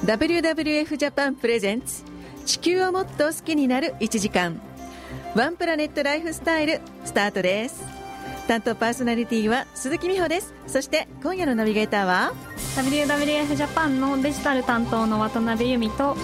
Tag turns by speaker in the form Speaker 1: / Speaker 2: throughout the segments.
Speaker 1: WWF ジャパンプレゼンツ地球をもっと好きになる1時間ワンプラネットライフスタイルスタートです。担当パーソナリティは鈴木美穂です。そして今夜のナビゲーターは
Speaker 2: WWF ジャパンのデジタル担当の渡辺由美と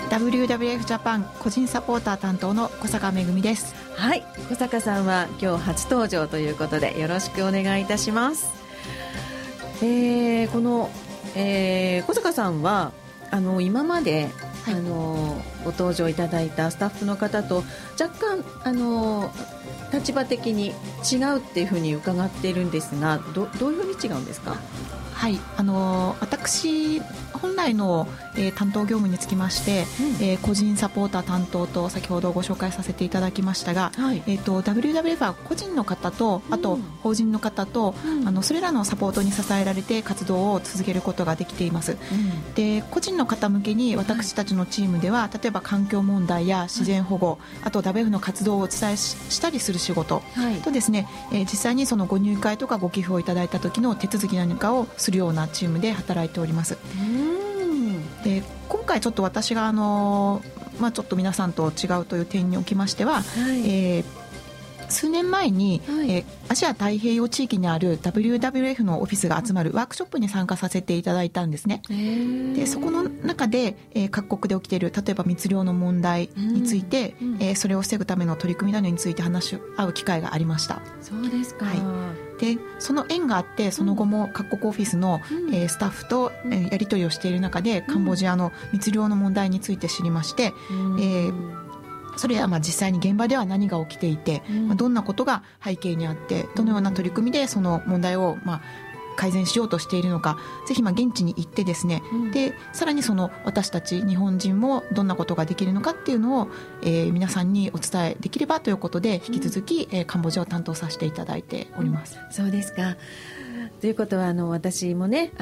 Speaker 3: WWF ジャパン個人サポーター担当の小坂めぐみです。
Speaker 1: はい、小坂さんは今日初登場ということでよろしくお願いいたします。この、小坂さんは今まで、はい、ご登場いただいたスタッフの方と若干立場的に違うっていうふうに伺っているんですが、どういうふうに違うんですか？
Speaker 3: はい、私本来の、担当業務につきまして、個人サポーター担当と先ほどご紹介させていただきましたが、はい、WWF は個人の方とあと法人の方と、それらのサポートに支えられて活動を続けることができています。で個人の方向けに私たちのチームでは、例えば環境問題や自然保護、あと WWF の活動をお伝えしたりする仕事、とですね、実際にそのご入会とかご寄付をいただいた時の手続き何かをするようなチームで働いております。で今回ちょっと私がちょっと皆さんと違うという点におきましては、数年前に、アジア太平洋地域にある WWF のオフィスが集まるワークショップに参加させていただいたんですね。でそこの中で、各国で起きている例えば密漁の問題について、それを防ぐための取り組みなどについて話し合う機会がありました。
Speaker 1: そうですか。
Speaker 3: でその縁があってその後も各国オフィスの、スタッフと、やり取りをしている中でカンボジアの密漁の問題について知りまして、それは実際に現場では何が起きていて、どんなことが背景にあってどのような取り組みでその問題を改善しようとしているのか、ぜひ現地に行ってですね、でさらにその私たち日本人もどんなことができるのかっていうのを、皆さんにお伝えできればということで引き続き、カンボジアを担当させていただいております。
Speaker 1: そうですか。ということは私もね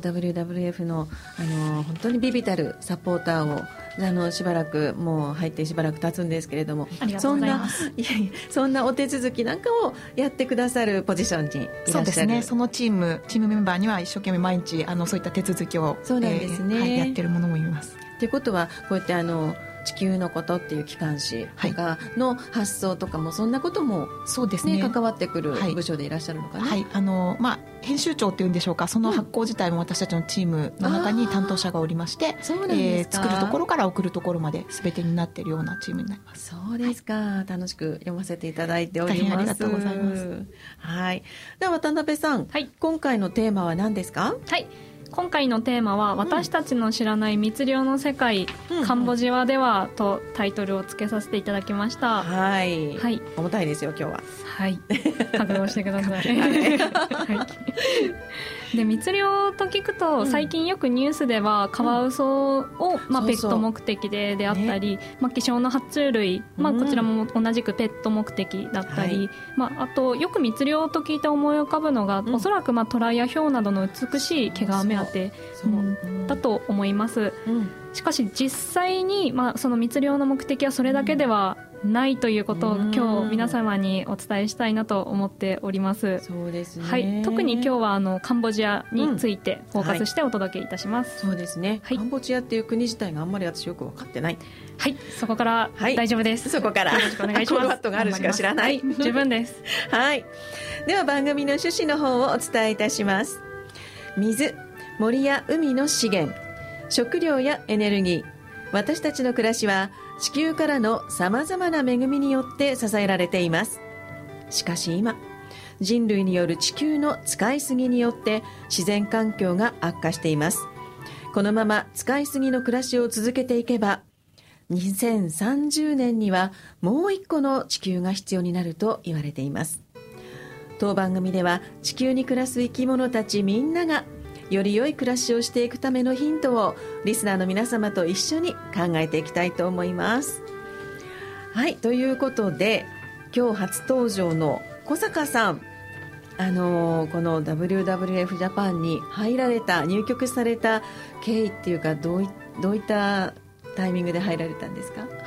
Speaker 1: WWF の本当にビビたるサポーターをしばらくもう入ってしばらく経つんですけれども、
Speaker 2: ありがとうございます。
Speaker 1: そんなお手続きなんかをやってくださるポジションにいらっしゃる。
Speaker 3: そうですね、そのチームメンバーには一生懸命毎日そういった手続きを
Speaker 1: そうなんですね、
Speaker 3: やってるものもいます。
Speaker 1: ということはこうやって地球のことっていう機関誌とかの発想とかも、そんなことも、
Speaker 3: そうですね、
Speaker 1: 関わってくる部署でいらっしゃるのかな。
Speaker 3: 編集長っていうんでしょうか、その発行自体も私たちのチームの中に担当者がおりまして、作るところから送るところまで全てになっているようなチームになります。
Speaker 1: そうですか、楽しく読ませていただいております。
Speaker 3: 大変ありがとうございます。
Speaker 1: はい、では渡辺さん、今回のテーマは何ですか？
Speaker 2: はい、今回のテーマは、私たちの知らない密漁の世界、カンボジアではとタイトルをつけさせていただきました。
Speaker 1: はい、重たいですよ今日は。
Speaker 2: はい、覚悟してください。で密漁と聞くと、最近よくニュースではカワウソを、ペット目的であったり、希少な爬虫類、こちらも同じくペット目的だったり、あとよく密漁と聞いて思い浮かぶのが、おそらくトラやヒョウなどの美しい毛が目当てだと思います。しかし実際に、その密漁の目的はそれだけではないということを今日皆様にお伝えしたいなと思っております。
Speaker 1: そうですね、
Speaker 2: はい、特に今日はカンボジアについてフォーカスしてお届けいたします。
Speaker 1: そうですね、カンボジアっていう国自体があんまり私よく分かってない。
Speaker 2: はい、そこから大丈夫です。
Speaker 1: そこからよろしくお願いします。コルバットがあるしか知らない。
Speaker 2: 十分です。
Speaker 1: はい、では番組の趣旨の方をお伝えいたします。水、森や海の資源、食料やエネルギー、私たちの暮らしは地球からのさまざまな恵みによって支えられています。しかし今、人類による地球の使いすぎによって自然環境が悪化しています。このまま使いすぎの暮らしを続けていけば、2030年にはもう一個の地球が必要になると言われています。当番組では地球に暮らす生き物たちみんながより良い暮らしをしていくためのヒントをリスナーの皆様と一緒に考えていきたいと思います。はい、ということで今日初登場の小坂さん、この WWF ジャパンに入局された経緯っていうか、どういったタイミングで入られたんですか？
Speaker 3: はい、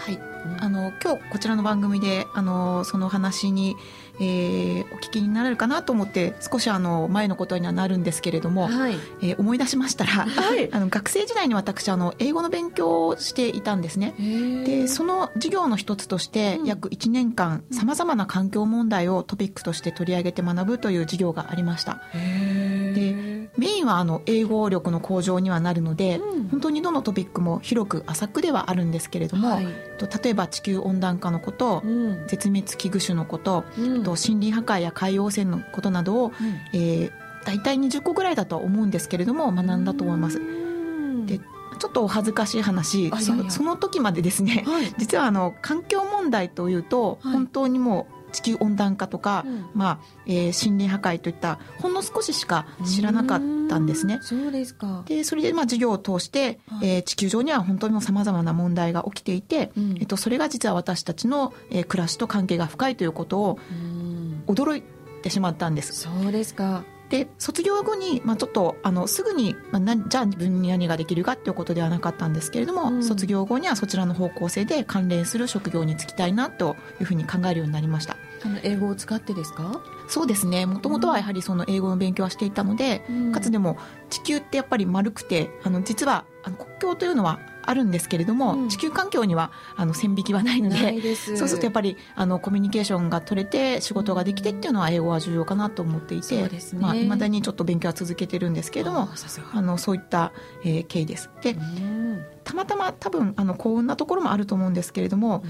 Speaker 3: 今日こちらの番組でその話に、お聞きになれるかなと思って少し前のことにはなるんですけれども、
Speaker 1: はい、
Speaker 3: 思い出しましたら、
Speaker 1: はい、
Speaker 3: 学生時代に私英語の勉強をしていたんですね。でその授業の一つとして約1年間さまざまな環境問題をトピックとして取り上げて学ぶという授業がありました。でメインは英語力の向上にはなるので、本当にどのトピックも広く浅くではあるんですけれども、はい、例えば地球温暖化のこと、絶滅危惧種のこと、森林破壊や海洋汚染のことなどを、大体20個ぐらいだとは思うんですけれども学んだと思います。でちょっとお恥ずかしい話、その時までですね、はい、実は環境問題というと、はい、本当にもう地球温暖化とか、森林破壊といったほんの少ししか知らなかったんですね。
Speaker 1: そうですか。
Speaker 3: でそれで授業を通して、地球上には本当にさまざまな問題が起きていて、それが実は私たちの、暮らしと関係が深いということを驚いてしまったんです。
Speaker 1: そうですか。
Speaker 3: で卒業後に、ちょっとすぐに、じゃあ自分に何ができるかということではなかったんですけれども、卒業後にはそちらの方向性で関連する職業に就きたいなというふうに考えるようになりました。
Speaker 1: 英語を使ってですか？
Speaker 3: そうですね。もともとはやはりその英語の勉強はしていたので、かつでも地球ってやっぱり丸くて実は国境というのはあるんですけれども、地球環境には線引きはないので、そうするとやっぱりコミュニケーションが取れて仕事ができてっていうのは英語は重要かなと思っていて、未だにちょっと勉強は続けてるんですけれども、そういった、経緯です。でたまたま多分幸運なところもあると思うんですけれども、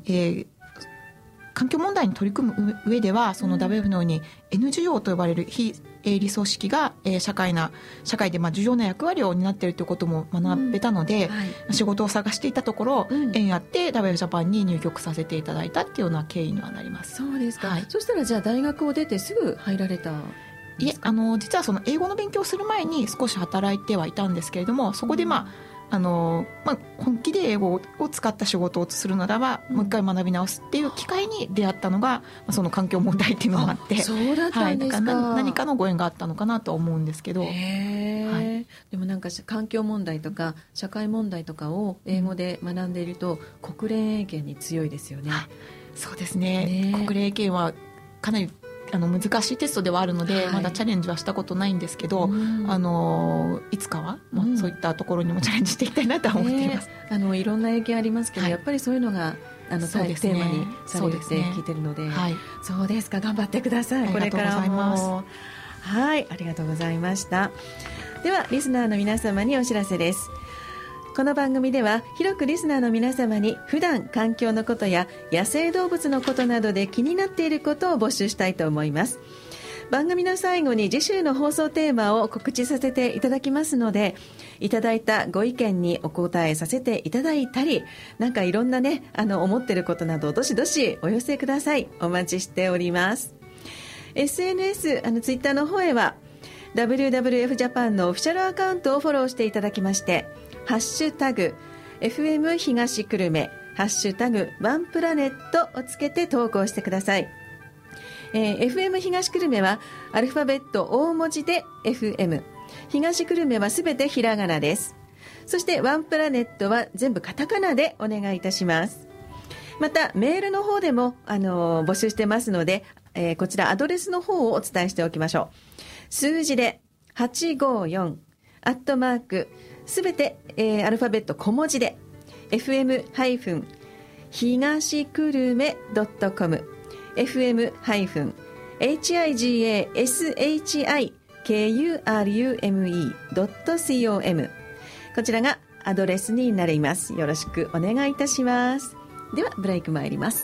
Speaker 3: 環境問題に取り組む上ではその WF のように NGO と呼ばれる非営利組織が社会で重要な役割を担っているということも学べたので、仕事を探していたところ、縁あって WF ジャパンに入局させていただいたっていうような経緯にはなります。
Speaker 1: そうですか。そしたらじゃあ大学を出てすぐ入られたんですか？
Speaker 3: 実はその英語の勉強をする前に少し働いてはいたんですけれども、そこで本気で英語を使った仕事をするならば、もう一回学び直すっていう機会に出会ったのが、その環境問題っていうのがあって、
Speaker 1: そうだったんですか。
Speaker 3: だから何かのご縁があったのかなと思うんですけど、
Speaker 1: でもなんか環境問題とか社会問題とかを英語で学んでいると、国連英検に強いですよね。
Speaker 3: そうですね。国連英検はかなり難しいテストではあるので、まだチャレンジはしたことないんですけど、いつかは、そういったところにもチャレンジしていきたいなと思っています。
Speaker 1: いろんな意見ありますけど、やっぱりそういうのがテーマにされて聞いてるので、そうですか。頑張ってください。これからも。はい、ありがとうございました。ではリスナーの皆様にお知らせです。この番組では広くリスナーの皆様に普段環境のことや野生動物のことなどで気になっていることを募集したいと思います。番組の最後に次週の放送テーマを告知させていただきますので、いただいたご意見にお答えさせていただいたり、なんかいろんなね思っていることなどどしどしお寄せください。お待ちしております。 SNS ツイッターの方へは WWF ジャパンのオフィシャルアカウントをフォローしていただきまして、ハッシュタグ FM 東久留米、ハッシュタグワンプラネットをつけて投稿してください。FM 東久留米はアルファベット大文字で FM、 東久留米はすべてひらがなです。そしてワンプラネットは全部カタカナでお願いいたします。またメールの方でも募集してますので、こちらアドレスの方をお伝えしておきましょう。数字で854アットマークすべて、アルファベット小文字で fm- 東久留米 .com fm-higashikurume.com こちらがアドレスになります。よろしくお願いいたします。ではブレイク参ります。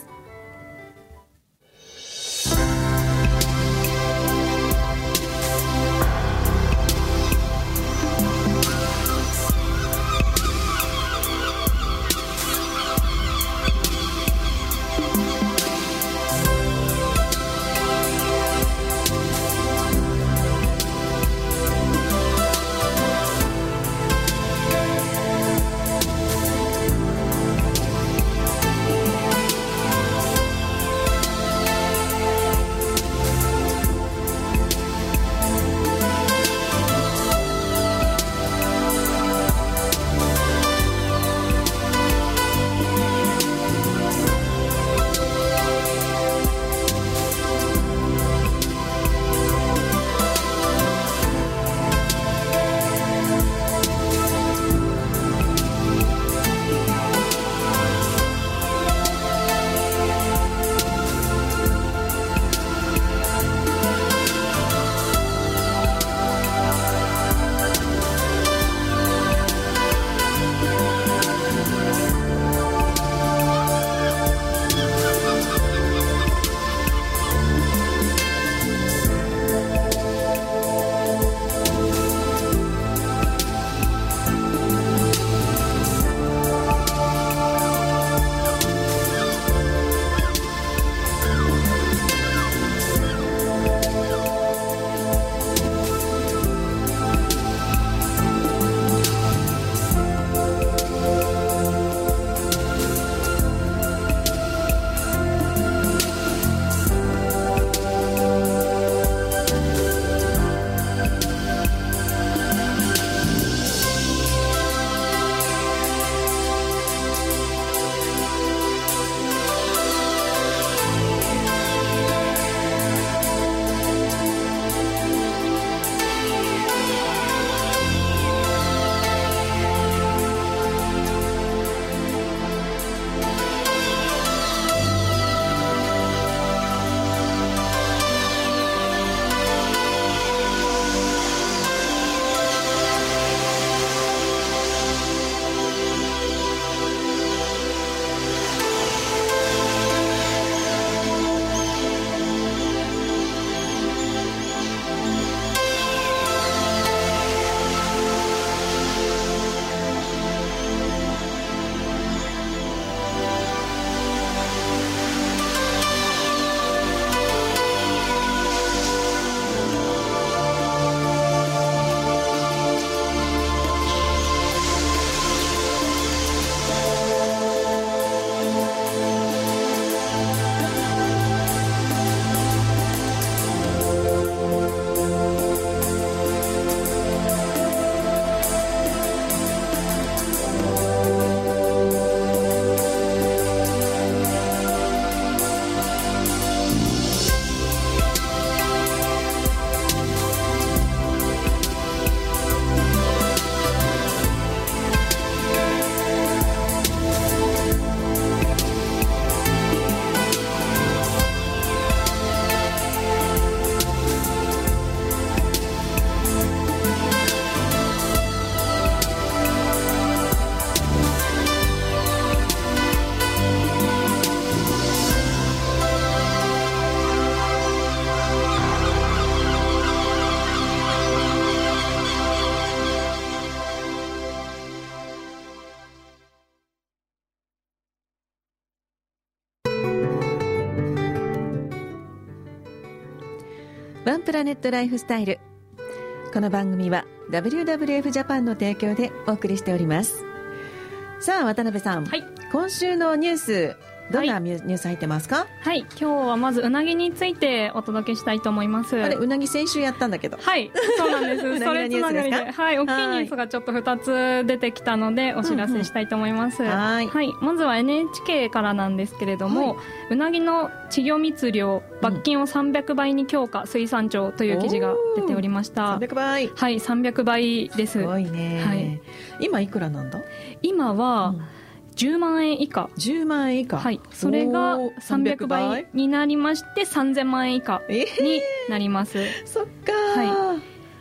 Speaker 1: ワンプラネットライフスタイル。この番組は WWF ジャパンの提供でお送りしております。さあ渡辺さん、はい、今週のニュースどんなニュース入ってますか？
Speaker 2: はい、今日はまずうなぎについてお届けしたいと思います。
Speaker 1: あれ、うなぎ先週やったんだけど。
Speaker 2: はい、そうなんです。それつながりで、はい、大きいニュースがちょっと2つ出てきたのでお知らせしたいと思います。はい、まずは NHK からなんですけれども、うなぎの稚魚密漁罰金を300倍に強化、水産庁という記事が出ておりました。
Speaker 1: 300倍。
Speaker 2: はい、300倍です。
Speaker 1: すごいね。はい、今いくらなんだ？
Speaker 2: 今は、10万円以下。
Speaker 1: 10万円以下。
Speaker 2: はい。それが300倍になりまして、3000万円以下になります。
Speaker 1: そっか。
Speaker 2: はい。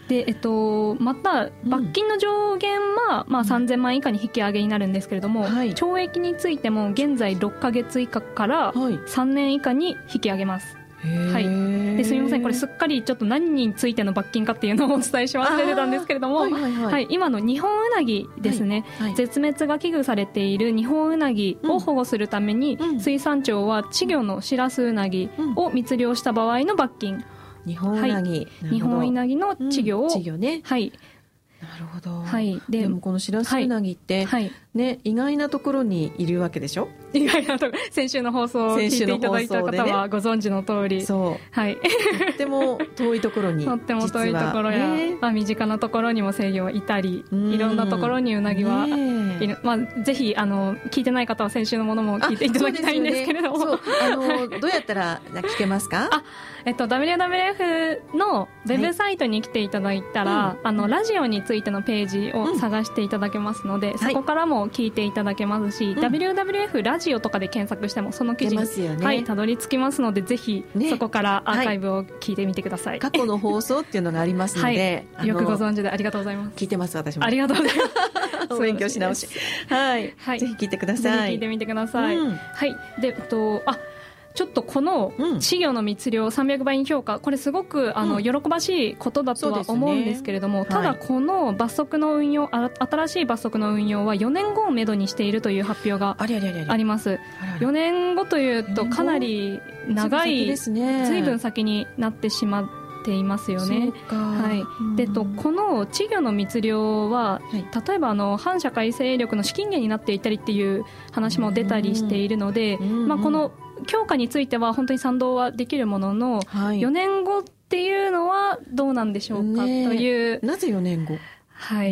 Speaker 2: で、また、罰金の上限は、3000万円以下に引き上げになるんですけれども、懲役についても現在6ヶ月以下から3年以下に引き上げます。はい、ですみません、これすっかりちょっと何についての罰金かっていうのをお伝えし忘れてたんですけれども、今の日本うなぎですね、絶滅が危惧されている日本うなぎを保護するために、水産庁は稚魚のシラスうなぎを密漁した場合の罰金、
Speaker 1: 日本うなぎ、
Speaker 2: 日本うなぎの稚魚を、
Speaker 1: 稚魚ね、
Speaker 2: はい、
Speaker 1: なるほど。
Speaker 2: はい、
Speaker 1: でもこのシラスウナギって、ね、意外なところにいるわけでしょ。
Speaker 2: 意外なところ、先週の放送を聞いていただいた方はご存知の通り、
Speaker 1: そう、はい、とっても遠いところに
Speaker 2: とっても遠いところや、身近なところにも制御はいたり、いろんなところにうなぎはいる。ぜひ聞いてない方は先週のものも聞いていただきたいんですけれども、
Speaker 1: どうやったら聞けますか？
Speaker 2: WWF のウェブサイトに来ていただいたら、ラジオについてのページを探していただけますので、そこからも聞いていただけますし、WWF ラジオとかで検索してもその記事にたどり着きますので、ぜひそこからアーカイブを聞いてみてください。
Speaker 1: 過去の放送っていうのがありますので、
Speaker 2: よくご存知でありがとうございます。
Speaker 1: 聞いてます、私も。
Speaker 2: ありがとうございます。
Speaker 1: 勉強し直し。はい。ぜひ聞いてください。
Speaker 2: ぜひ聞いてみてください。はい。で、ちょっとこの稚魚の密漁300倍に強化、これすごく喜ばしいことだとは思うんですけれども、ただこの罰則の運用、新しい罰則の運用は4年後をめどにしているという発表があります。4年後というとかなり長い、随分先になってしまっていますよね。はい。で、この稚魚の密漁は、例えば反社会勢力の資金源になっていたりっていう話も出たりしているので、この強化については本当に賛同はできるものの、4年後っていうのはどうなんでしょうかという。
Speaker 1: なぜ4年後？
Speaker 2: はい、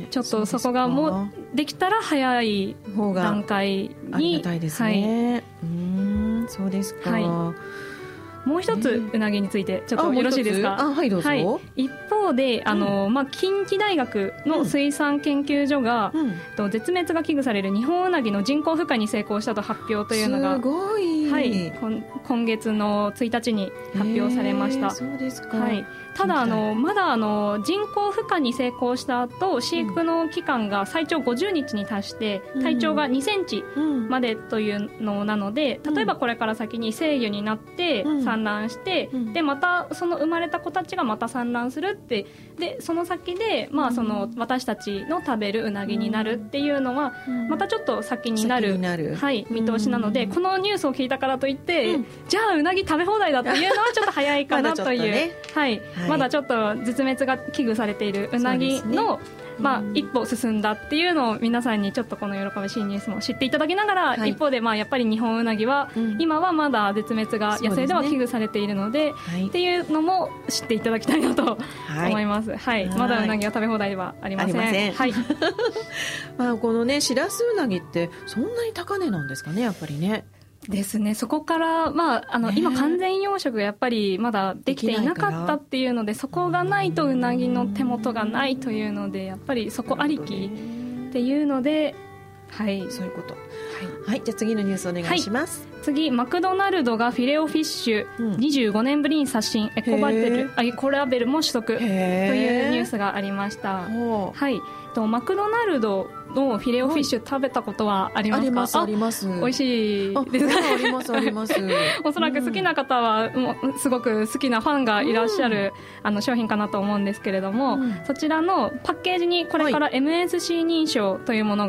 Speaker 2: ちょっとそこがもうできたら早い段階に、
Speaker 1: ありがたいですね。そうですか。
Speaker 2: もう一つうなぎについてちょっとよろしいですか？
Speaker 1: はい、どうぞ。
Speaker 2: 一方で近畿大学の水産研究所が、絶滅が危惧される日本うなぎの人工孵化に成功したと発表というのが、
Speaker 1: すごい、
Speaker 2: はい、今月の1日に発表されました。
Speaker 1: そうですか。
Speaker 2: はい、ただまだ人工孵化に成功した後、飼育の期間が最長50日に達して体長が2センチまでというのなので、例えばこれから先に成魚になって産卵して、でまたその生まれた子たちがまた産卵するって、でその先で、その私たちの食べるうなぎになるっていうのは、またちょっと先になる、はい、見通しなので、このニュースを聞いたからといって、じゃあうなぎ食べ放題だというのはちょっと早いかなというはい、まだちょっと絶滅が危惧されているうなぎの、一歩進んだっていうのを皆さんにちょっとこの喜ばしいニュースも知っていただきながら、一方でやっぱり日本うなぎは、今はまだ絶滅が野生では危惧されているので、っていうのも知っていただきたいなと思います。はい、まだうなぎは食べ放題ではありません。はい。
Speaker 1: このね、しらすうなぎってそんなに高値なんですかね、やっぱりね。
Speaker 2: ですね。そこから今完全養殖がやっぱりまだできていなかったっていうので、そこがないとうなぎの手元がないというので、やっぱりそこありきっていうので、はい、そういうこと。
Speaker 1: はい、じゃあ次のニュースお願いします。
Speaker 2: 次、マクドナルドがフィレオフィッシュ、25年ぶりに刷新、エコラベルも取得というニュースがありました。はい。マクドナルドのフィレオフィッシュ食べたことはありますか？
Speaker 1: あります。
Speaker 2: 美味しいですか？
Speaker 1: ありますあります。
Speaker 2: おそらく好きな方はもうすごく好きなファンがいらっしゃる、商品かなと思うんですけれども、そちらのパッケージにこれから MSC 認証というものが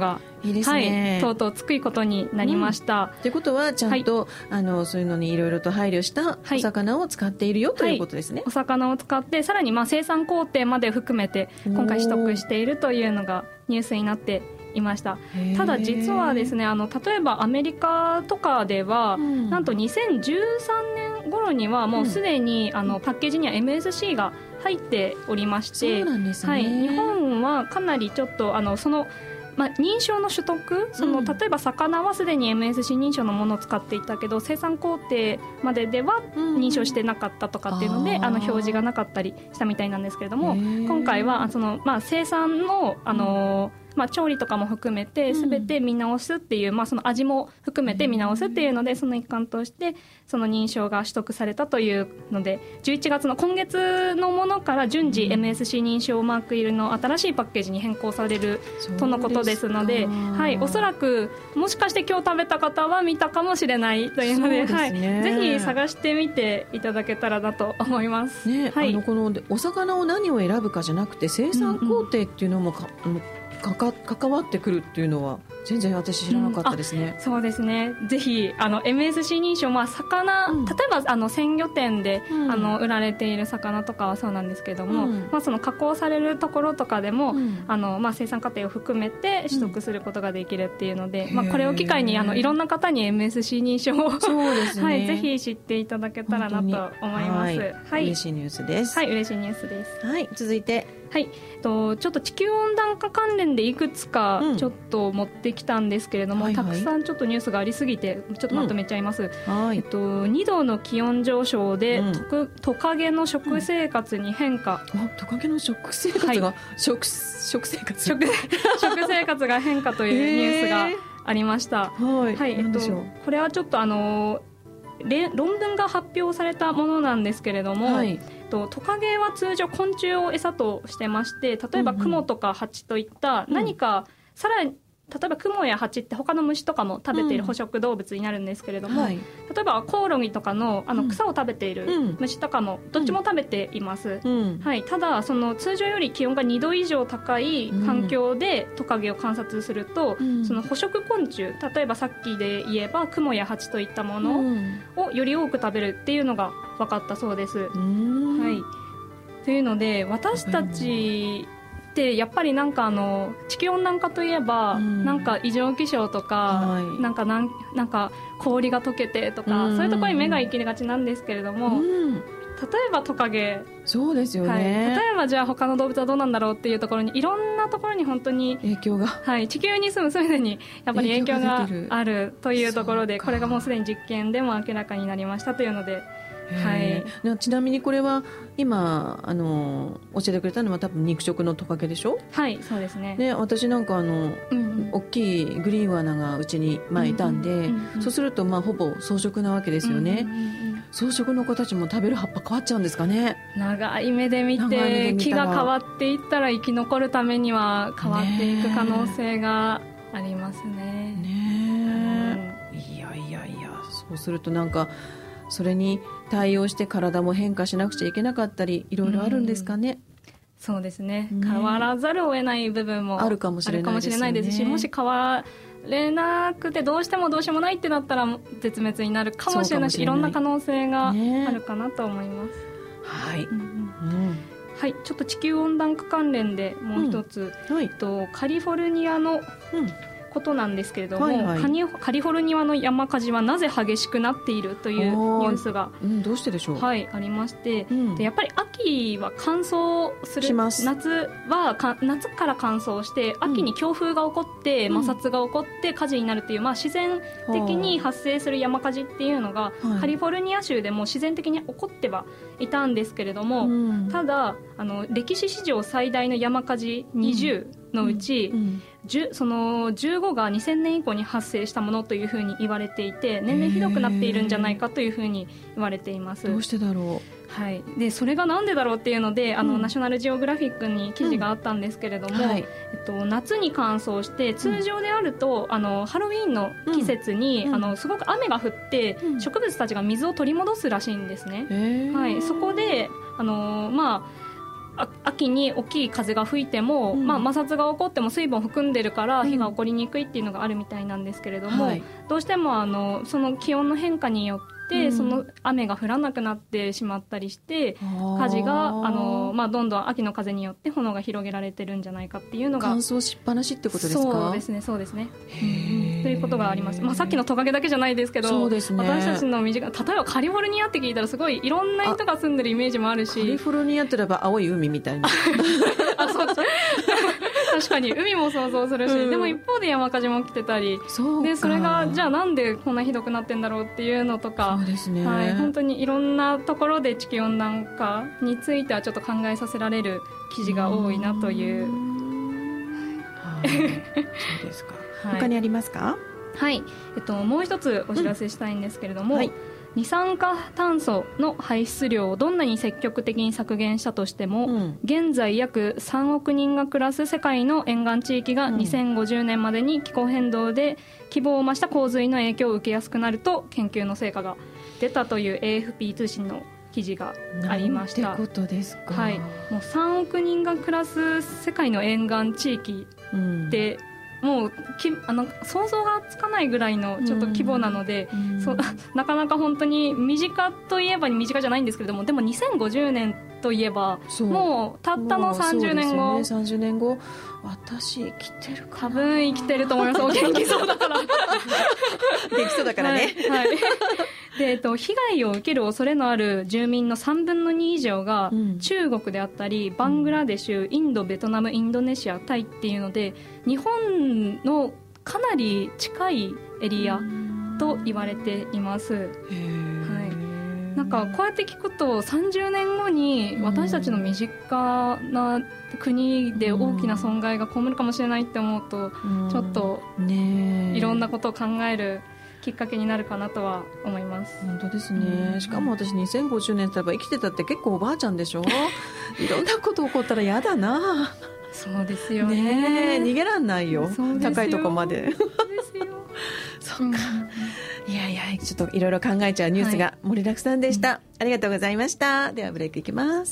Speaker 1: いいですね、
Speaker 2: とうとうつくことになりました。
Speaker 1: ということはちゃんと、そういうのにいろいろと配慮したお魚を使っているよ、ということですね。
Speaker 2: お魚を使ってさらに生産工程まで含めて今回取得しているというのがニュースになっていました。ただ実はですね、例えばアメリカとかでは、なんと2013年頃にはもうすでに、パッケージには MSC が入っておりまして、
Speaker 1: そうなんですね。
Speaker 2: 日本はかなりちょっと認証の取得、例えば魚はすでに MSC 認証のものを使っていたけど生産工程まででは認証してなかったとかっていうので、表示がなかったりしたみたいなんですけれども、今回は生産の、調理とかも含めて全て見直すっていう、その味も含めて見直すっていうので、その一環としてその認証が取得されたというので、11月の今月のものから順次 MSC 認証マーク入りの新しいパッケージに変更されるとのことですので、おそらくもしかして今日食べた方は見たかもしれないというので、ぜひ探してみていただけたらなと思います、
Speaker 1: このお魚を何を選ぶかじゃなくて生産工程っていうのも関わってくるっていうのは全然私知らなかったですね。
Speaker 2: そうですね、ぜひMSC 認証、魚、例えば鮮魚店で、売られている魚とかはそうなんですけども、その加工されるところとかでも、生産過程を含めて取得することができるっていうので、これを機会にいろんな方に MSC 認証をそうですね、ぜひ知っていただけたらなと思います。
Speaker 1: 嬉しいニュースです。
Speaker 2: 嬉しいニュースです。
Speaker 1: 続いて
Speaker 2: ちょっと地球温暖化関連でいくつかちょっと持ってきたんですけれども、たくさんちょっとニュースがありすぎてちょっとまとめちゃいます、2度の気温上昇で、トカゲの食生活に変化。
Speaker 1: トカゲの食生活が、食生
Speaker 2: 活が変化というニュースがありました。これはちょっと論文が発表されたものなんですけれども、トカゲは通常昆虫を餌としてまして、例えばクモとかハチといった何かさらに、例えばクモやハチって他の虫とかも食べている捕食動物になるんですけれども、例えばコオロギとかの草を食べている虫とかもどっちも食べています、ただその通常より気温が2度以上高い環境でトカゲを観察すると、その捕食昆虫、例えばさっきで言えばクモやハチといったものをより多く食べるっていうのが分かったそうです。というので私たちでやっぱり地球温暖化といえば、異常気象とか、なんか氷が溶けてとか、そういうところに目が行きがちなんですけれども、例えばトカゲ、
Speaker 1: そうですよね、
Speaker 2: 例えばじゃあ他の動物はどうなんだろうっていうところに、いろんなところに本当に
Speaker 1: 影響が、
Speaker 2: 地球に住む全てにやっぱり影響があるというところで、これがもうすでに実験でも明らかになりましたというので、
Speaker 1: ちなみにこれは今教えてくれたのは多分肉食のトカゲでしょ。
Speaker 2: そうですね。
Speaker 1: 私なんか大きいグリーンワナがうちに前いたんで、そうするとほぼ草食なわけですよね。草食の子たちも食べる葉っぱ変わっちゃうんですかね。
Speaker 2: 長い目で見て木が変わっていったら生き残るためには変わっていく可能性がありますね。
Speaker 1: いやそうするとそれに対応して体も変化しなくちゃいけなかったり、いろいろあるんですかね。
Speaker 2: そうですね、変わらざるを得ない部分もあるかもしれないですし、もし変われなくてどうしてもどうしようもないってなったら絶滅になるかもしれないし、いろんな可能性があるかなと思います。ちょっと地球温暖化関連でもう一つ、カリフォルニアのことなんですけれども、カリフォルニアの山火事はなぜ激しくなっているというニュースが
Speaker 1: どうしてでしょう、
Speaker 2: ありまして、でやっぱり秋は乾燥する、夏から乾燥して秋に強風が起こって摩擦が起こって火事になるという、自然的に発生する山火事っていうのが、カリフォルニア州でも自然的に起こってはいたんですけれども、ただ歴史史上最大の山火事20のうち、その15が2000年以降に発生したものというふうに言われていて、年々ひどくなっているんじゃないかというふうに言われています。
Speaker 1: どうしてだろ
Speaker 2: う。でそれがなんでだろうっていうので、ナショナルジオグラフィックに記事があったんですけれども、夏に乾燥して、通常であるとハロウィーンの季節に、すごく雨が降って、植物たちが水を取り戻すらしいんですね。そこで秋に大きい風が吹いても、摩擦が起こっても水分を含んでるから火が起こりにくいっていうのがあるみたいなんですけれども、どうしてもその気温の変化によってその雨が降らなくなってしまったりして火事がどんどん秋の風によって炎が広げられてるんじゃないかっていうのが、
Speaker 1: 乾燥しっぱなしってことですか？
Speaker 2: そうですね、そうですね、ということがあります。さっきのトカゲだけじゃないですけど、
Speaker 1: そうですね、
Speaker 2: 私たちの身近、例えばカリフォルニアって聞いたらすごいいろんな人が住んでるイメージもあるし、
Speaker 1: カリフォルニアって言えば青い海みたいな
Speaker 2: そう確かに海も想像するし、でも一方で山火事も来てたりで、それがじゃあなんでこんなひどくなってんだろうっていうのとか、
Speaker 1: そうですね、
Speaker 2: 本当にいろんなところで地球温暖化についてはちょっと考えさせられる記事が多いなという。
Speaker 1: そうですか、他にありますか？
Speaker 2: はい、もう一つお知らせしたいんですけれども、二酸化炭素の排出量をどんなに積極的に削減したとしても、現在約3億人が暮らす世界の沿岸地域が2050年までに気候変動で規模を増した洪水の影響を受けやすくなると研究の成果が出たという AFP 通信の記事がありました。
Speaker 1: なんてことですか？
Speaker 2: はい、もう3億人が暮らす世界の沿岸地域で、もう想像がつかないぐらいのちょっと規模なので、なかなか本当に身近といえば身近じゃないんですけれども、でも2050年といえばもうたったの30年後、
Speaker 1: 30年後私生きてるかな？
Speaker 2: 多分生きてると思います。お元気そうだから元
Speaker 1: 気そうだからね、
Speaker 2: はいで被害を受ける恐れのある住民の3分の2以上が中国であったり、バングラデシュ、インド、ベトナム、インドネシア、タイっていうので、日本のかなり近いエリアと言われています。なんかこうやって聞くと30年後に私たちの身近な国で大きな損害が被るかもしれないって思うと、ちょっといろんなことを考えるきっかけになるかなとは思います。
Speaker 1: 本当ですね、しかも私2050年って生きてたって結構おばあちゃんでしょいろんなこと起こったら嫌だな。
Speaker 2: そうですよ ね
Speaker 1: 逃げらんないよ、高いとこまで
Speaker 2: そっか、
Speaker 1: いやいや、ちょっといろいろ考えちゃうニュースが盛りだくさんでした、ありがとうございました。ではブレイクいきます。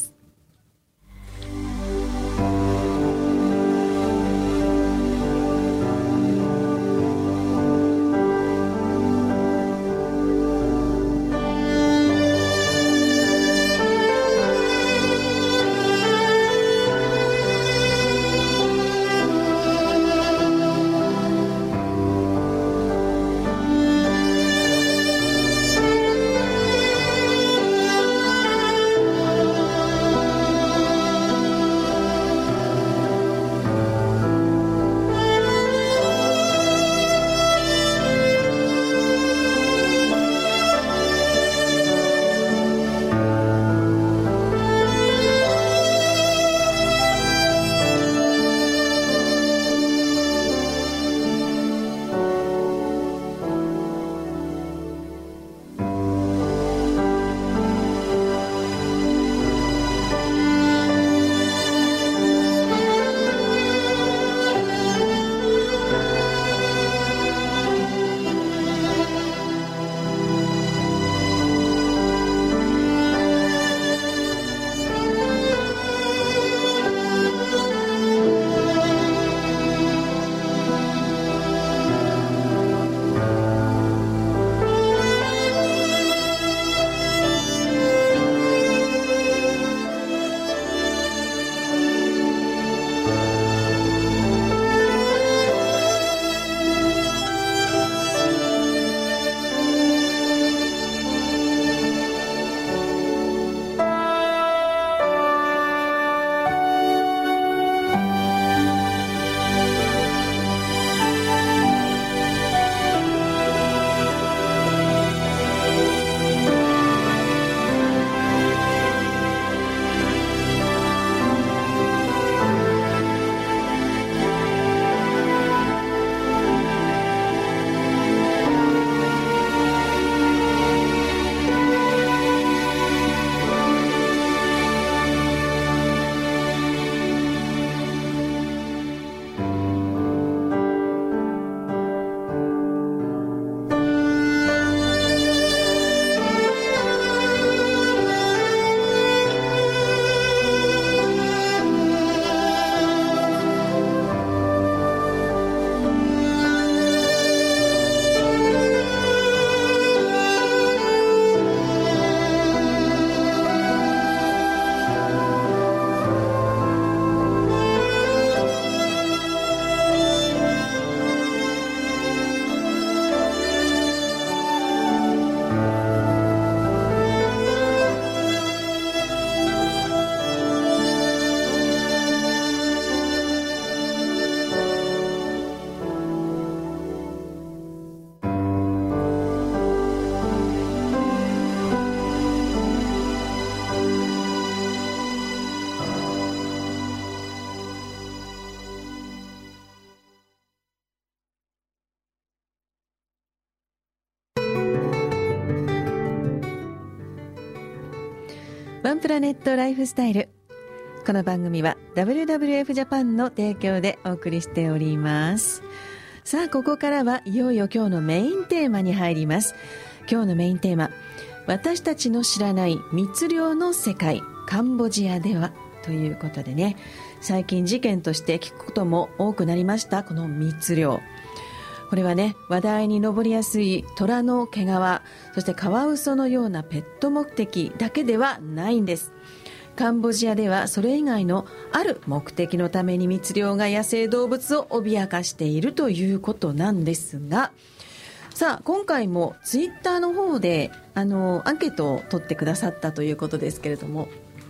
Speaker 1: ワンプラネットライフスタイル。この番組は WWF ジャパンの提供でお送りしております。さあ、ここからはいよいよ今日のメインテーマに入ります。今日のメインテーマ、私たちの知らない密漁の世界、カンボジアではということでね、最近事件として聞くことも多くなりました。この密漁、これはね、話題に上りやすい虎の毛皮、そしてカワウソのようなペット目的だけではないんです。カンボジアではそれ以外のある目的のために密漁が野生動物を脅かしているということなんですが、さあ今回もツイッターの方でアンケートを取ってくださったということですけれども、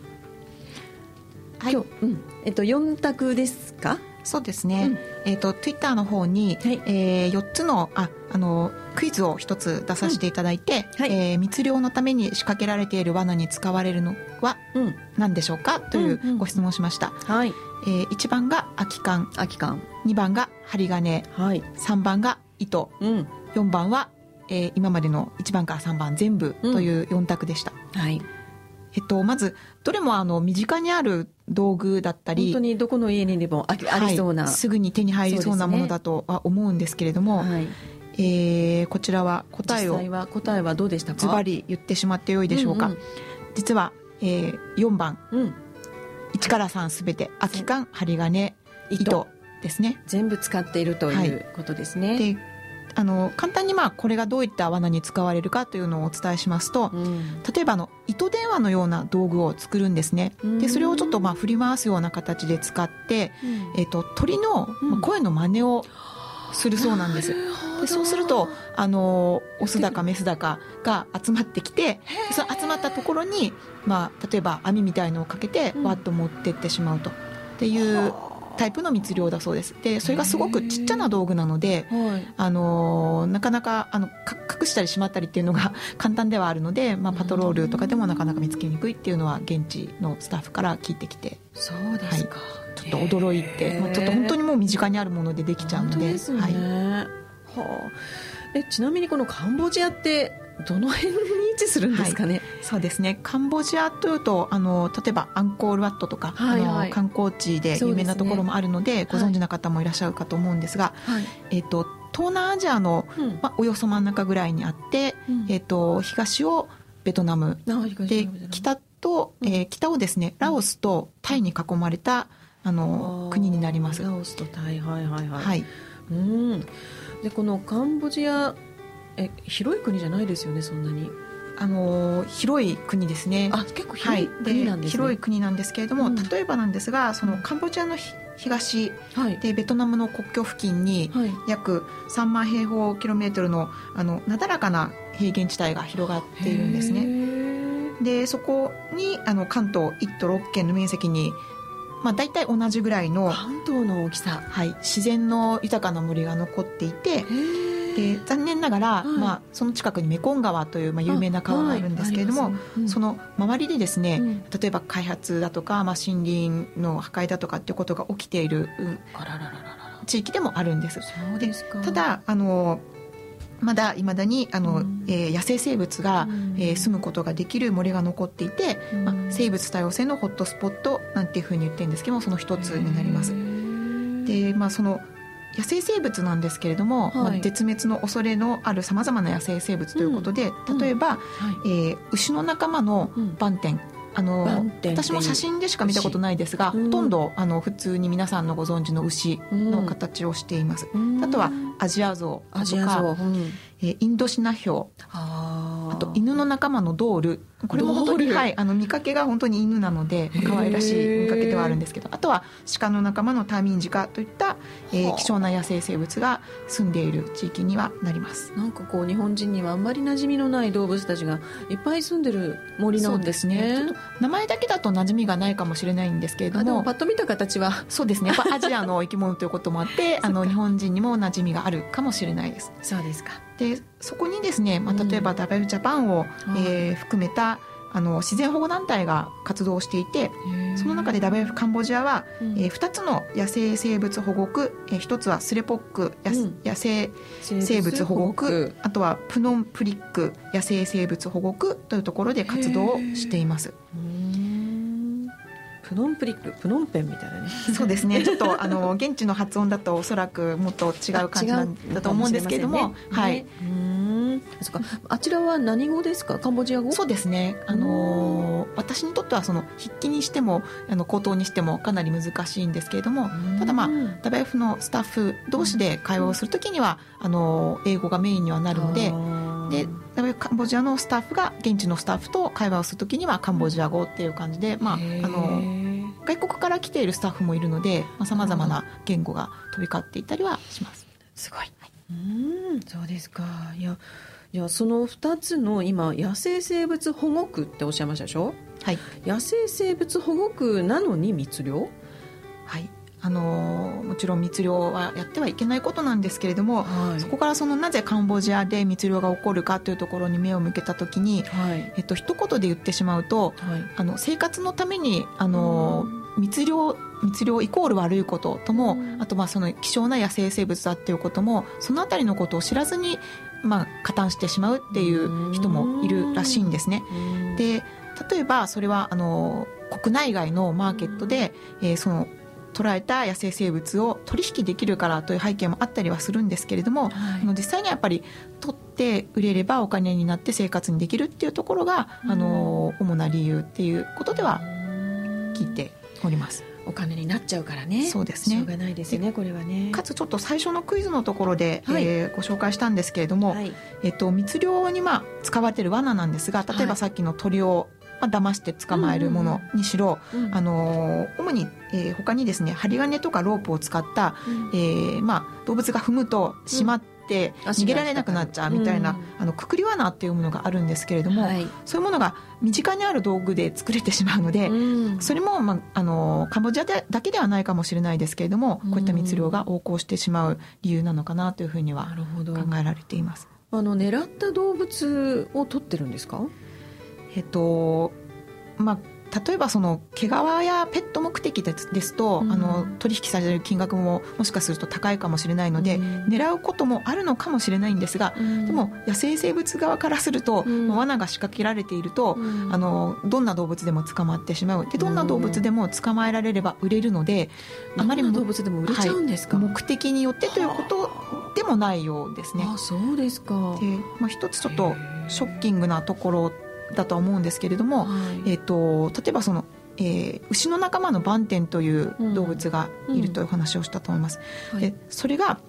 Speaker 3: はい、
Speaker 1: 今日、4択ですか？
Speaker 3: そうですね、Twitter の方に、はい、4つのクイズを1つ出させていただいて、はい、密漁のために仕掛けられている罠に使われるのは何でしょうか、というご質問をしました。はい、1番が空き缶、2番が針金、はい、3番が糸、4番は、今までの1番から3番全部という4択でした。はい、まずどれも身近にある道具だったり、
Speaker 1: 本当にどこの家にでもありそうな、
Speaker 3: すぐに手に入りそうなものだとは思うんですけれども、はい、こちらは答え
Speaker 1: はどうでしたか？
Speaker 3: ズバリ言ってしまってよいでしょうか？実は、4番、1から3すべて空き缶、針金、糸ですね。
Speaker 1: 全部使っているということですね。
Speaker 3: で、簡単にこれがどういった罠に使われるかというのをお伝えしますと、例えば糸電話のような道具を作るんですね。でそれをちょっと振り回すような形で使って、鳥の声の真似をするそうなんです。でそうするとオスだかメスだかが集まってきて、その集まったところに、例えば網みたいのをかけてわっと持ってってしまうとっていうタイプの密漁だそうです。でそれがすごくちっちゃな道具なので、なかなか隠したりしまったりっていうのが簡単ではあるので、パトロールとかでもなかなか見つけにくいっていうのは現地のスタッフから聞いてきて、
Speaker 1: そうですか、
Speaker 3: ちょっと驚いて、ちょっと本当にもう身近にあるものでできちゃうので。
Speaker 1: 本当ですね。ちなみにこのカンボジアってどの辺に位置するんですかね？
Speaker 3: そうですね、カンボジアというと例えばアンコールワットとか、観光地で有名なところもあるので、ご存知の方もいらっしゃるかと思うんですが、東南アジアの、およそ真ん中ぐらいにあって、東をベトナムで、北をですねラオスとタイに囲まれた国になります。
Speaker 1: ラオスとタイ、でこのカンボジア、広い国じゃないですよね、そんなに。
Speaker 3: 広い国ですね。
Speaker 1: 結構広い国なんですね。
Speaker 3: 広い国なんですけれども、例えばなんですが、そのカンボジアの東でベトナムの国境付近に約3万平方キロメートルのなだらかな平原地帯が広がっているんですね。でそこに関東1都6県の面積に大体同じぐらいの
Speaker 1: 関東の大きさ、
Speaker 3: 自然の豊かな森が残っていて、で残念ながら、その近くにメコン川という有名な川があるんですけれども、その周りでですね、例えば開発だとか、森林の破壊だとかっていうことが起きている地域でもあるんです。
Speaker 1: そうですか。
Speaker 3: ただまだいまだに野生生物が、住むことができる森が残っていて、生物多様性のホットスポットなんていうふうに言ってるんですけども、その一つになります。で、その野生生物なんですけれども、絶滅の恐れのあるさまざまな野生生物ということで、例えば、牛の仲間のバンテン、私も写真でしか見たことないですが、ほとんど普通に皆さんのご存知の牛の形をしています。あとはアジアゾウとか、インドシナヒョウ、あと犬の仲間のドール、これも本当に、見かけが本当に犬なので可愛らしい見かけではあるんですけど、あとは鹿の仲間のターミンジカといった、希少な野生生物が住んでいる地域にはなります。
Speaker 1: なんかこう日本人にはあんまり馴染みのない動物たちがいっぱい住んでる森なんですね。
Speaker 3: ちょっと名前だけだと馴染みがないかもしれないんですけれども、
Speaker 1: でもパッと見た形は
Speaker 3: そうですね、やっぱアジアの生き物ということもあって日本人にも馴染みがあるかもしれないです。
Speaker 1: そうですか。
Speaker 3: でそこにですね、例えば WWF ジャパンを、含めた自然保護団体が活動していて、その中で WWF カンボジアは、2つの野生生物保護区、1つはスレポック野生生物保護区、あとはプノンプリック野生生物保護区というところで活動をしています。
Speaker 1: プノンプリック、プノンペンみたいなね。
Speaker 3: そうですね、ちょっと現地の発音だとおそらくもっと違う感じなんだと思うんですけれども、はい。
Speaker 1: そっか。あちらは何語ですか？カンボジア語？
Speaker 3: そうですね、私にとってはその筆記にしても口頭にしてもかなり難しいんですけれども、ただWF のスタッフ同士で会話をするときには英語がメインにはなるので、でWFカンボジアのスタッフが現地のスタッフと会話をするときにはカンボジア語っていう感じで、外国から来ているスタッフもいるのでさまざまな言語が飛び交っていたりはします。
Speaker 1: すごい。そうですか。いやその2つの今野生生物保護区っておっしゃいましたでしょ。はい。野生生物保護区なのに密猟。
Speaker 3: はい。もちろん密猟はやってはいけないことなんですけれども、はい、そこからなぜカンボジアで密猟が起こるかというところに目を向けたときに、はい、一言で言ってしまうと、はい、生活のために密猟イコール悪いこととも、あとその希少な野生生物だっていうことも、そのあたりのことを知らずに加担してしまうっていう人もいるらしいんですね。で、例えばそれは国内外のマーケットで、その捉えた野生生物を取引できるからという背景もあったりはするんですけれども、はい、実際にはやっぱり取って売れればお金になって生活にできるっていうところが、主な理由っていうことでは聞いております。
Speaker 1: お金になっちゃうからね。
Speaker 3: そうですね。
Speaker 1: しょうがないですよね、これはね。
Speaker 3: かつちょっと最初のクイズのところで、はい、ご紹介したんですけれども、はい、密猟に使われている罠なんですが、例えばさっきの鳥を騙して捕まえるものにしろ、主に、他にですね、針金とかロープを使った、動物が踏むと締まって逃げられなくなっちゃうみたいな、くくり罠っていうものがあるんですけれども、はい、そういうものが身近にある道具で作れてしまうので、それも、カンボジアだけではないかもしれないですけれども、こういった密猟が横行してしまう理由なのかなというふうには考えられています。
Speaker 1: 狙った動物を取ってるんですか？
Speaker 3: 例えば毛皮やペット目的ですと、取引される金額ももしかすると高いかもしれないので、狙うこともあるのかもしれないんですが、でも野生生物側からすると、罠が仕掛けられていると、どんな動物でも捕まってしまう。で、どんな動物でも捕まえられれば売れるので、
Speaker 1: あまり動物でも売れちゃうんですか？
Speaker 3: 目的によってということでもないようですね。
Speaker 1: そうですか。
Speaker 3: で、一つちょっとショッキングなところだとは思うんですけれども、例えば牛の仲間のバンテンという動物がいるという話をしたと思います。で、それが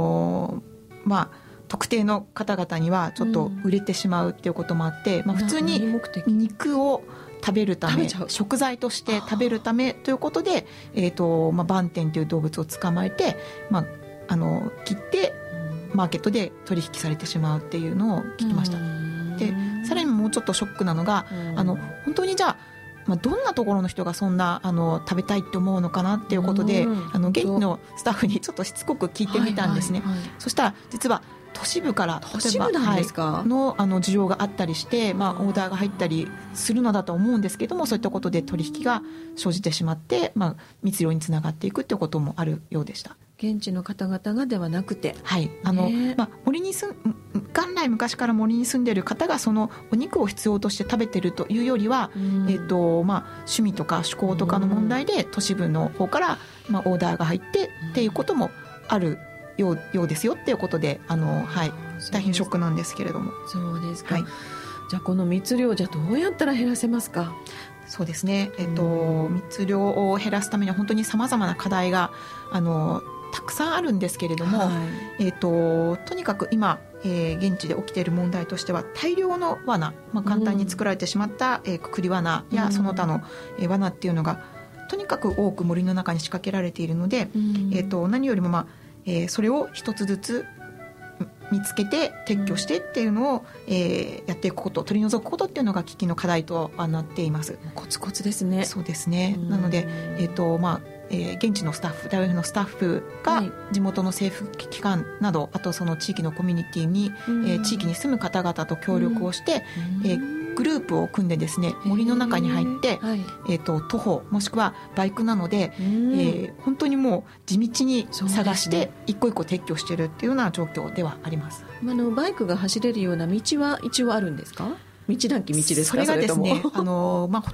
Speaker 3: 特定の方々にはちょっと売れてしまうっていうこともあって、普通に肉を食べるため、食材として食べるためということで、バンテンという動物を捕まえて、切ってマーケットで取引されてしまうっていうのを聞きました。で、さらにもうちょっとショックなのが、本当にじゃあ、どんなところの人がそんな食べたいって思うのかなっていうことで、現地のスタッフにちょっとしつこく聞いてみたんですね。そしたら実は都市部から例えばの需要があったりして、オーダーが入ったりするのだと思うんですけども、そういったことで取引が生じてしまって、密猟につながっていくっていうこともあるようでした。
Speaker 1: 現地の方々がではなくて、
Speaker 3: はい、元来昔から森に住んでいる方がそのお肉を必要として食べてるというよりは、趣味とか趣向とかの問題で都市部の方から、オーダーが入ってっていうこともあるようですよっていうことで、大変ショックなんですけれども。
Speaker 1: そうですか。じゃあこの密猟、どうやったら減らせますか？
Speaker 3: そうですね、密猟を減らすためには本当にさまざまな課題がたくさんあるんですけれども、とにかく今、現地で起きている問題としては大量の罠、簡単に作られてしまった、くくり罠やその他の、罠っていうのがとにかく多く森の中に仕掛けられているので、何よりも、それを一つずつ見つけて撤去してっていうのを、やっていくこと、取り除くことっていうのが危機の課題とはなっています。
Speaker 1: コツコツですね。
Speaker 3: そうですね。なので、現地のスタッフ、WFのスタッフが地元の政府機関など、あとその地域のコミュニティに、地域に住む方々と協力をして、グループを組んでですね、森の中に入って、徒歩もしくはバイクなので、本当にもう地道に探して一個一個撤去しているっていうような状況ではあります。
Speaker 1: バイクが走れるような道は一応あるんですか？道なき道ですか？
Speaker 3: それがですね、ほとん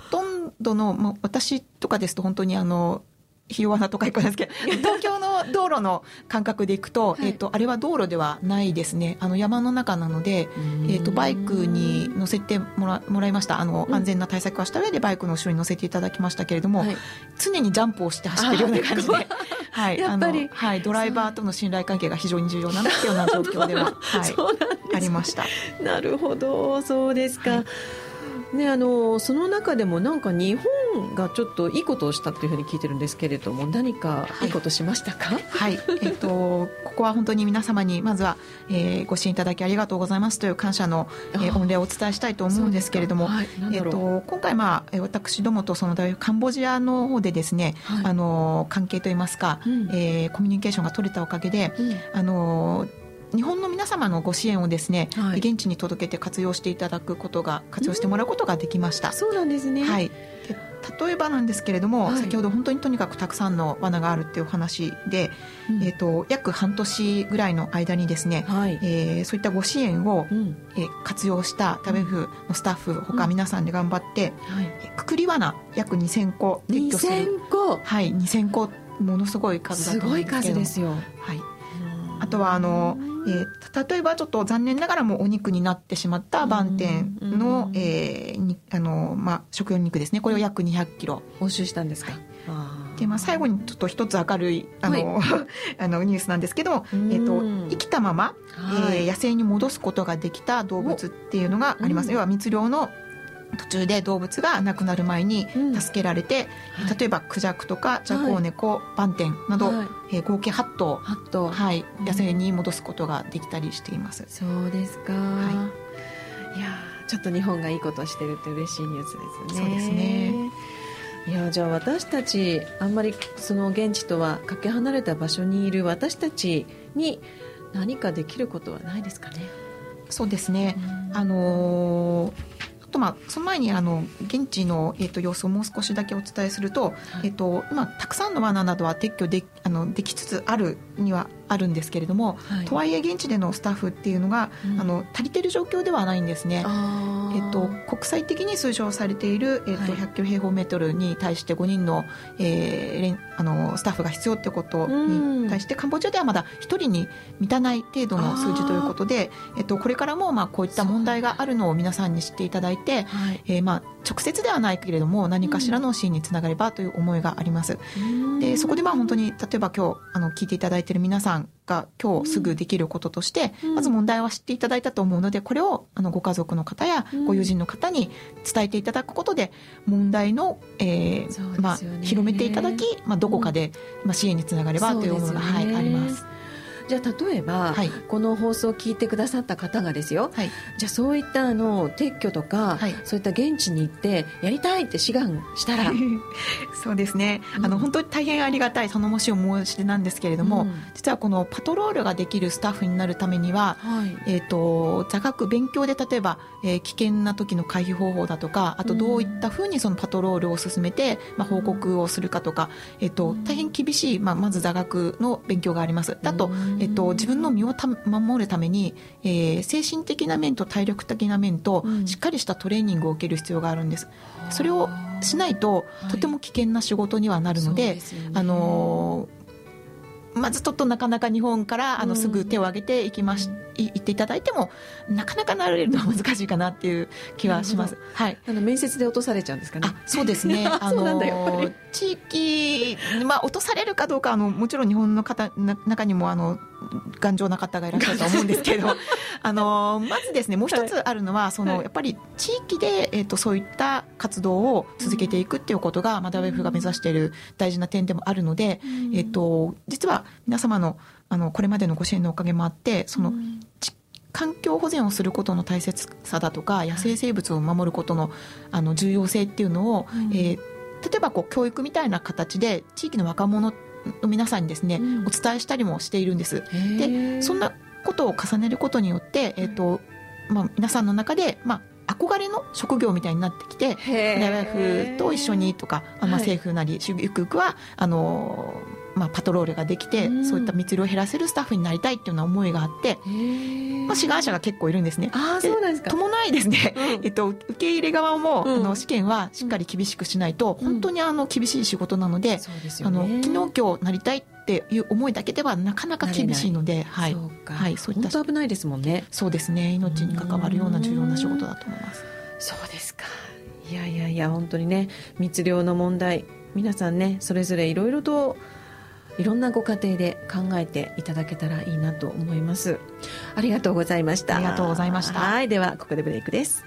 Speaker 3: 度の、私とかですと本当にひ弱なとかいくんですけど東京の道路の感覚でいくと、あれは道路ではないですね。山の中なので、バイクに乗せてもらいました。安全な対策はした上でバイクの後ろに乗せていただきましたけれども、常にジャンプをして走ってるような感じではい、やっぱりドライバーとの信頼関係が非常に重要なっていうような状況では、ありました。
Speaker 1: なるほど、そうですか。ね、その中でもなんか日本がちょっといいことをしたというふうに聞いてるんですけれども、何かいいことしましたか？
Speaker 3: はい、ここは本当に皆様にまずは、ご支援いただきありがとうございますという感謝の、御礼をお伝えしたいと思うんですけれども、今回、私どもとそのカンボジアの方でですね、関係といいますか、コミュニケーションが取れたおかげで、日本の皆様のご支援をですね、現地に届けて活用してもらうことができました。
Speaker 1: そうなんですね。
Speaker 3: はい、で例えばなんですけれども、先ほど本当にとにかくたくさんの罠があるっていう話で、約半年ぐらいの間にですね、そういったご支援を、活用したタベフのスタッフ他皆さんで頑張って、くくり罠約2000個撤去する。
Speaker 1: 2000個、
Speaker 3: 2000個、ものすごい数だと思うんですけど、
Speaker 1: すごい数ですよ。
Speaker 3: あとは例えばちょっと残念ながらもお肉になってしまった晩天の、食用肉ですね。これを約200キロ
Speaker 1: 押収したんですか？
Speaker 3: で、最後にちょっと一つ明るいニュースなんですけど、生きたまま、野生に戻すことができた動物っていうのがあります。要は密猟の途中で動物が亡くなる前に助けられて、例えばクジャクとかジャコウネコ、バンテンなど、合計8頭、野生に戻すことができたりしています。
Speaker 1: そうですか。いや、ちょっと日本がいいことをしてるって嬉しいニュースですね。
Speaker 3: そうですね。
Speaker 1: いや、じゃあ私たちあんまりその現地とはかけ離れた場所にいる私たちに何かできることはないですかね？
Speaker 3: そうですね。その前に現地の、様子をもう少しだけお伝えすると、今たくさんの罠などは撤去できつつあるにはあるんですけれども、とはいえ現地でのスタッフっていうのが、足りてる状況ではないんですね。国際的に推奨されている、100キロ平方メートルに対して5人の、スタッフが必要ってことに対して、カンボジアではまだ1人に満たない程度の数字ということで、これからもこういった問題があるのを皆さんに知っていただいて、直接ではないけれども何かしらの支援につながればという思いがあります。でそこで本当に例えば今日聞いていただいている皆さんが今日すぐできることとして、まず問題は知っていただいたと思うので、これをご家族の方やご友人の方に伝えていただくことで問題の、広めていただき、どこかで、支援につながればというものが、あります。
Speaker 1: じゃあ例えば、この放送を聞いてくださった方がですよ、じゃあそういった撤去とか、そういった現地に行ってやりたいって志願したら
Speaker 3: そうですね、本当に大変ありがたい頼もしい申し出なんですけれども、実はこのパトロールができるスタッフになるためには、座学勉強で例えば、危険な時の回避方法だとか、あとどういったふうにそのパトロールを進めて、報告をするかとか、大変厳しい、まず座学の勉強があります。あと自分の身を守るために、精神的な面と体力的な面と、しっかりしたトレーニングを受ける必要があるんです。それをしないと、とても危険な仕事にはなるので、まずちょっとなかなか日本からすぐ手を挙げて行っていただいてもなかなかなれるのは難しいかなっていう気はします。
Speaker 1: 面接で落とされちゃうんですかね？
Speaker 3: そうですね。
Speaker 1: そうなんだ、やっぱり
Speaker 3: 地域、落とされるかどうかはもちろん日本の方中にも頑丈な方がいらっしゃると思うんですけどまずですね、もう一つあるのは、やっぱり地域で、そういった活動を続けていくっていうことが、WEF が目指している大事な点でもあるので、実は皆様のこれまでのご支援のおかげもあって、環境保全をすることの大切さだとか、野生生物を守ることの重要性っていうのを、例えば教育みたいな形で地域の若者の皆さんにですね、お伝えしたりもしているんです。でそんなことを重ねることによって、皆さんの中で、憧れの職業みたいになってきて、WEFと一緒にとか、政府なりゆくゆくはパトロールができて、そういった密漁を減らせるスタッフになりたいっていうような思いがあって、志願者が結構いるんですね。
Speaker 1: そうなんですか。
Speaker 3: 伴いですね、受け入れ側も、試験はしっかり厳しくしないと、本当に厳しい仕事なので、
Speaker 1: そうですよね、
Speaker 3: 昨日今日なりたいっていう思いだけではなかなか厳しいので、
Speaker 1: そうか、そういった本当危ないですもんね。
Speaker 3: そうですね、命に関わるような重要な仕事だと思います。
Speaker 1: そうですか。いや本当にね、密漁の問題、皆さんね、それぞれいろいろといろんなご家庭で考えていただけたらいいなと思います。ありがとうございました。
Speaker 3: ありがとうございました。
Speaker 1: はい、ではここでブレイクです。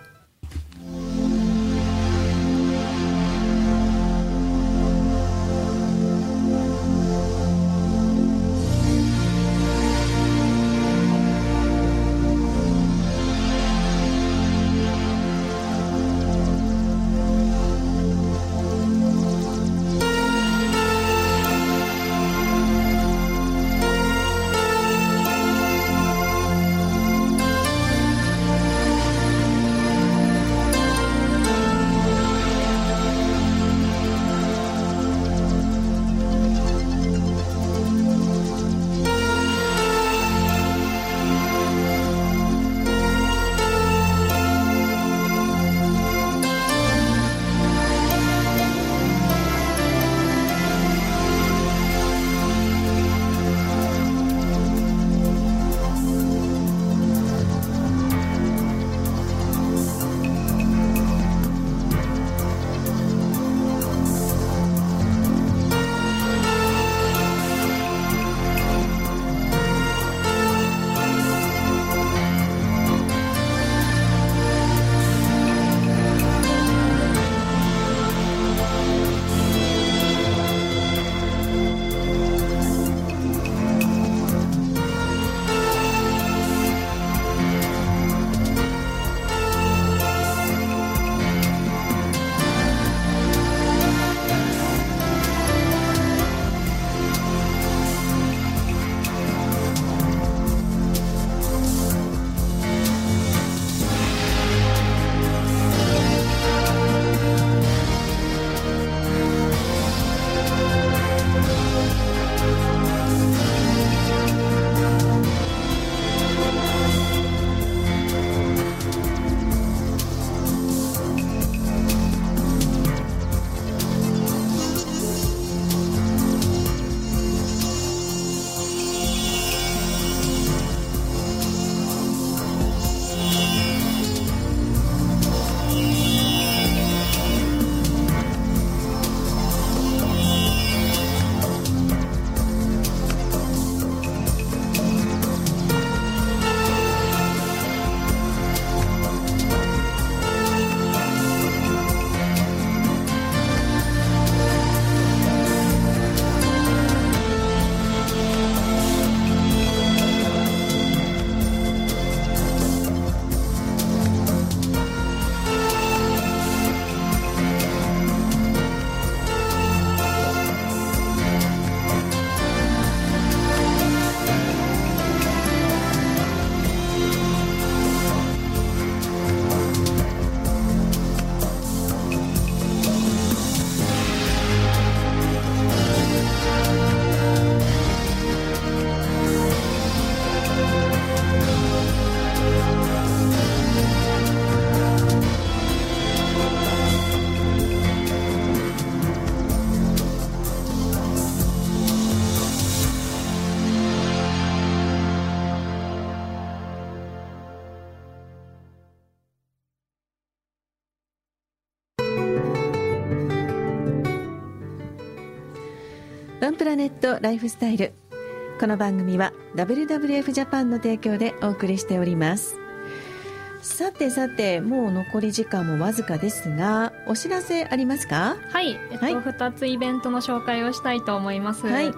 Speaker 1: ワンプラネットライフスタイル。この番組は WWF ジャパンの提供でお送りしております。さてもう残り時間もわずかですが、お知らせありますか？
Speaker 2: はい、2つイベントの紹介をしたいと思います。
Speaker 1: はい、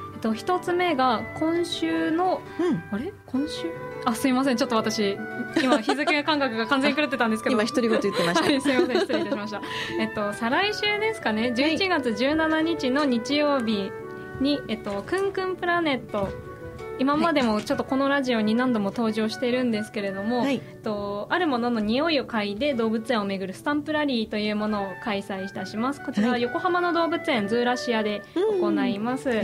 Speaker 2: 1つ目が今週の、今週すいません、ちょっと私今日付感覚が完全に狂ってたんですけど
Speaker 1: 今独り言言ってました。
Speaker 2: はい、すいません、失礼いたしました再来週ですかね、11月17日の日曜日に、くんくんプラネット今までもちょっとこのラジオに何度も登場しているんですけれども、
Speaker 1: はい、
Speaker 2: あるものの匂いを嗅いで動物園を巡るスタンプラリーというものを開催いたします。こちらは横浜の動物園ズーラシアで行います。はい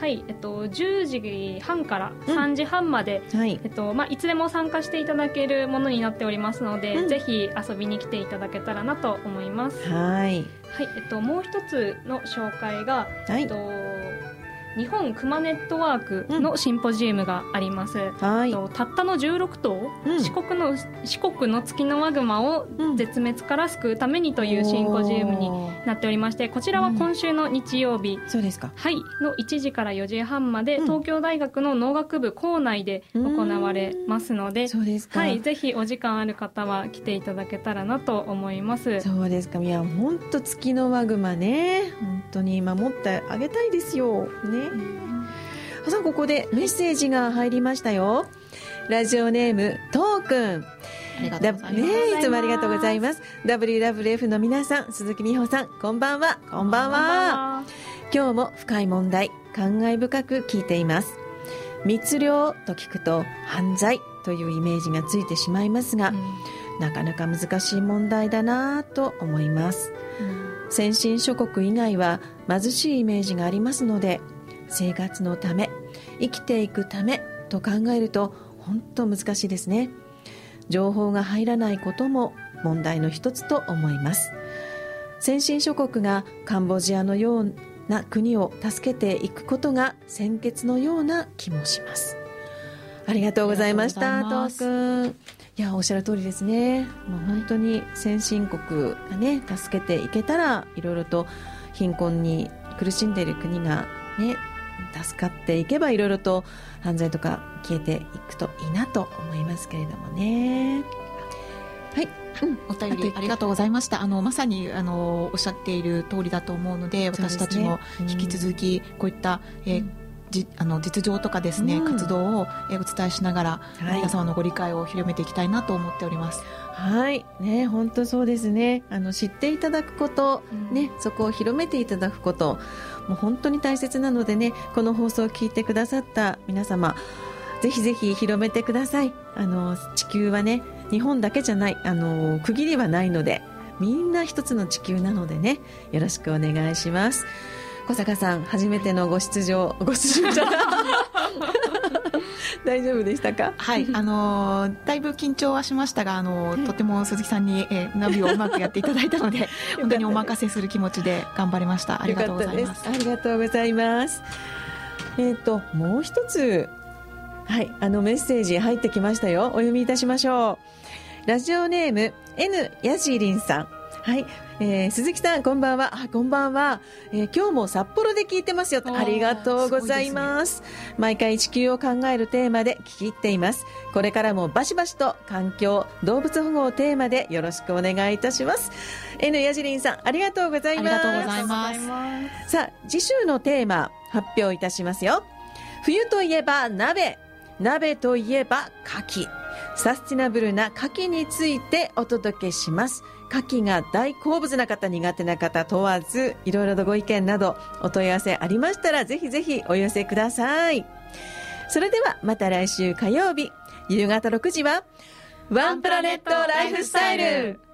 Speaker 2: 、10時半から3時半まで、いつでも参加していただけるものになっておりますので、ぜひ遊びに来ていただけたらなと思います。
Speaker 1: はい、
Speaker 2: もう一つの紹介が、日本クマネットワークのシンポジウムがあります。たったの16頭、四国のツキノワグマを絶滅から救うためにというシンポジウムになっておりまして、こちらは今週の日曜日、
Speaker 1: そうですか、
Speaker 2: の1時から4時半まで、東京大学の農学部校内で行われますので、
Speaker 1: そうですか、
Speaker 2: ぜひお時間ある方は来ていただけたらなと思います。
Speaker 1: そうですか。いや本当ツキノワグマね、本当に守ってあげたいですよね。さあここでメッセージが入りましたよ。ラジオネームトーくん、いつもありがとうございます。 WWF の皆さん、鈴木美穂さん、こんばんは。こんばんは。今日も深い問題、感慨深く聞いています。密猟と聞くと犯罪というイメージがついてしまいますが、なかなか難しい問題だなと思います。先進諸国以外は貧しいイメージがありますので、生活のため、生きていくためと考えると本当難しいですね。情報が入らないことも問題の一つと思います。先進諸国がカンボジアのような国を助けていくことが先決のような気もします。ありがとうございました、トー君。いや、おっしゃる通りですね。もう本当に先進国がね、助けていけたら、いろいろと貧困に苦しんでいる国がね、助かっていけば、いろいろと犯罪とか消えていくといいなと思いますけれどもね。はい、
Speaker 3: お便りありがとうございました。まさにおっしゃっている通りだと思うので、私たちも引き続きこういった、実情とかですね、活動をお伝えしながら、皆様のご理解を広めていきたいなと思っております。
Speaker 1: はいね、本当そうですね。知っていただくこと、ね、そこを広めていただくこと、もう本当に大切なのでね、この放送を聞いてくださった皆様、ぜひぜひ広めてください。地球はね、日本だけじゃない、区切りはないので、みんな一つの地球なのでね、よろしくお願いします。小坂さん、初めてのご出場じゃない大丈夫でしたか？
Speaker 3: はい、だいぶ緊張はしましたが、とても鈴木さんに、ナビをうまくやっていただいたので本当にお任せする気持ちで頑張りました。ありがとうございます。
Speaker 1: ありがとうございます。もう一つ、はい、メッセージ入ってきましたよ。お読みいたしましょう。ラジオネーム N やじりんさん、はい、鈴木さん、こんばんは。こんばんは。今日も札幌で聞いてますよ。ありがとうございます。毎回地球を考えるテーマで聞き入っています。これからもバシバシと環境、動物保護をテーマでよろしくお願いいたします。N やじりんさん、ありがとうございます。
Speaker 3: ありがとうございます。
Speaker 1: さあ、次週のテーマ発表いたしますよ。冬といえば鍋といえば牡蠣。サスティナブルな牡蠣についてお届けします。牡蠣が大好物な方、苦手な方問わず、いろいろとご意見などお問い合わせありましたら、ぜひぜひお寄せください。それではまた来週火曜日夕方6時はワンプラネットライフスタイル。